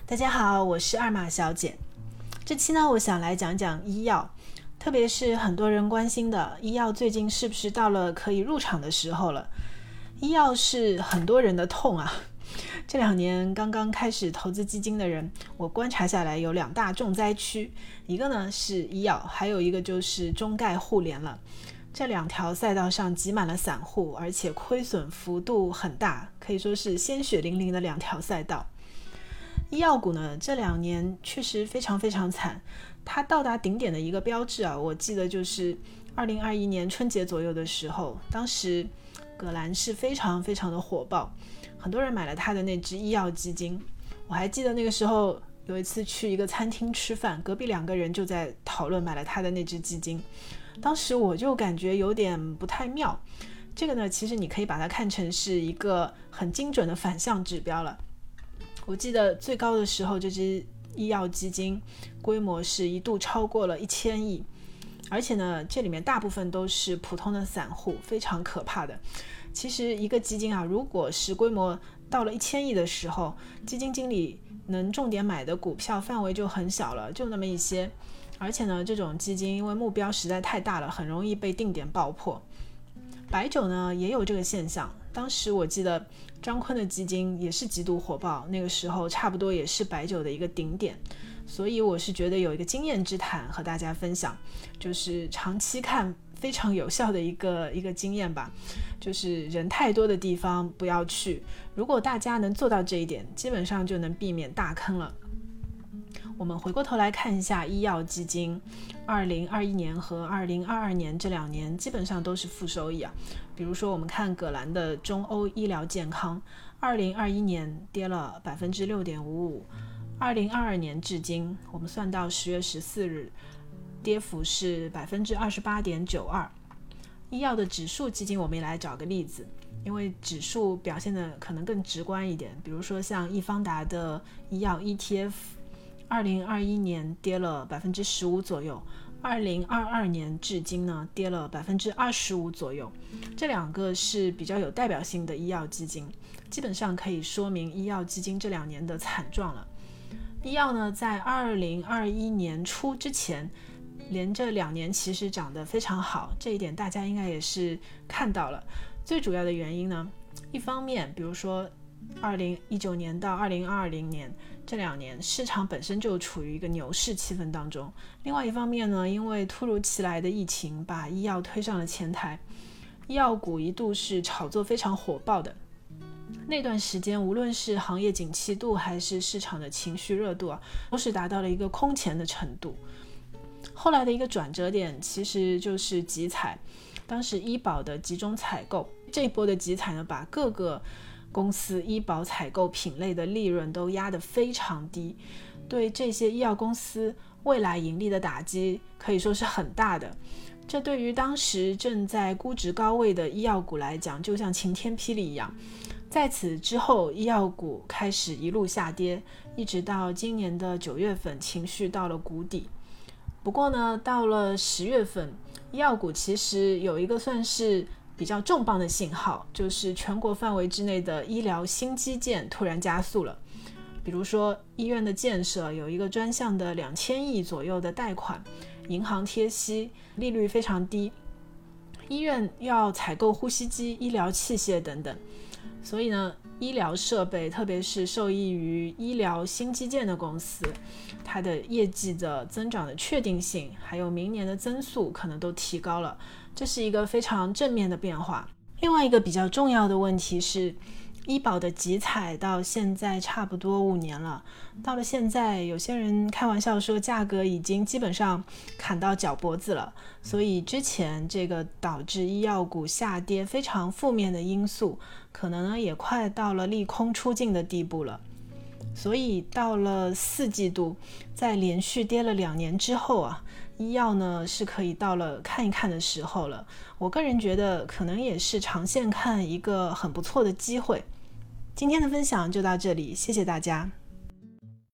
大家好，我是二马小姐。这期呢，我想来讲讲医药，特别是很多人关心的医药最近是不是到了可以入场的时候了。医药是很多人的痛啊。这2年刚刚开始投资基金的人，我观察下来有2大重灾区，一个呢是医药，还有一个就是中概互联了。这2条赛道上挤满了散户，而且亏损幅度很大，可以说是鲜血淋淋的2条赛道。医药股呢，这2年确实非常非常惨，它到达顶点的一个标志啊，我记得就是2021年春节左右的时候，当时葛兰是非常非常的火爆，很多人买了他的那只医药基金。我还记得那个时候有一次去一个餐厅吃饭，隔壁2个人就在讨论买了他的那只基金，当时我就感觉有点不太妙。这个呢，其实你可以把它看成是一个很精准的反向指标了。我记得最高的时候，这只医药基金规模是一度超过了1000亿，而且呢，这里面大部分都是普通的散户，非常可怕的。其实一个基金啊，如果是规模到了1000亿的时候，基金经理能重点买的股票范围就很小了，就那么一些。而且呢，这种基金因为目标实在太大了，很容易被定点爆破。白酒呢也有这个现象，当时我记得张坤的基金也是极度火爆，那个时候差不多也是白酒的一个顶点。所以我是觉得有一个经验之谈和大家分享，就是长期看非常有效的一个经验吧，就是人太多的地方不要去，如果大家能做到这一点，基本上就能避免大坑了。我们回过头来看一下医药基金，2021年和2022年这2年基本上都是负收益啊。比如说我们看葛兰的中欧医疗健康，2021年跌了 6.55%， 2022年至今我们算到10月14日，跌幅是 28.92%。 医药的指数基金我们也来找个例子，因为指数表现的可能更直观一点，比如说像易方达的医药 ETF， 2021年跌了 15% 左右，2022年至今呢跌了 25% 左右。这2个是比较有代表性的医药基金，基本上可以说明医药基金这2年的惨状了。医药呢，在2021年初之前连着2年其实涨得非常好，这一点大家应该也是看到了。最主要的原因呢，一方面比如说2019年到2020年这2年市场本身就处于一个牛市气氛当中，另外一方面呢，因为突如其来的疫情把医药推上了前台，医药股一度是炒作非常火爆的。那段时间无论是行业景气度还是市场的情绪热度啊，都是达到了一个空前的程度。后来的一个转折点其实就是集采，当时医保的集中采购，这一波的集采呢，把各个公司医保采购品类的利润都压得非常低，对这些医药公司未来盈利的打击可以说是很大的。这对于当时正在估值高位的医药股来讲，就像晴天霹雳一样。在此之后，医药股开始一路下跌，一直到今年的9月份，情绪到了谷底。不过呢，到了10月份，医药股其实有一个算是比较重磅的信号，就是全国范围之内的医疗新基建突然加速了。比如说医院的建设有一个专项的2000亿左右的贷款，银行贴息，利率非常低，医院要采购呼吸机、医疗器械等等。所以呢，医疗设备特别是受益于医疗新基建的公司，它的业绩的增长的确定性还有明年的增速可能都提高了，这是一个非常正面的变化。另外一个比较重要的问题是，医保的集采到现在差不多5年了，到了现在有些人开玩笑说价格已经基本上砍到脚脖子了，所以之前这个导致医药股下跌非常负面的因素，可能呢也快到了利空出尽的地步了。所以到了4季度，在连续跌了2年之后啊，医药呢是可以到了看一看的时候了。我个人觉得可能也是长线看一个很不错的机会。今天的分享就到这里，谢谢大家。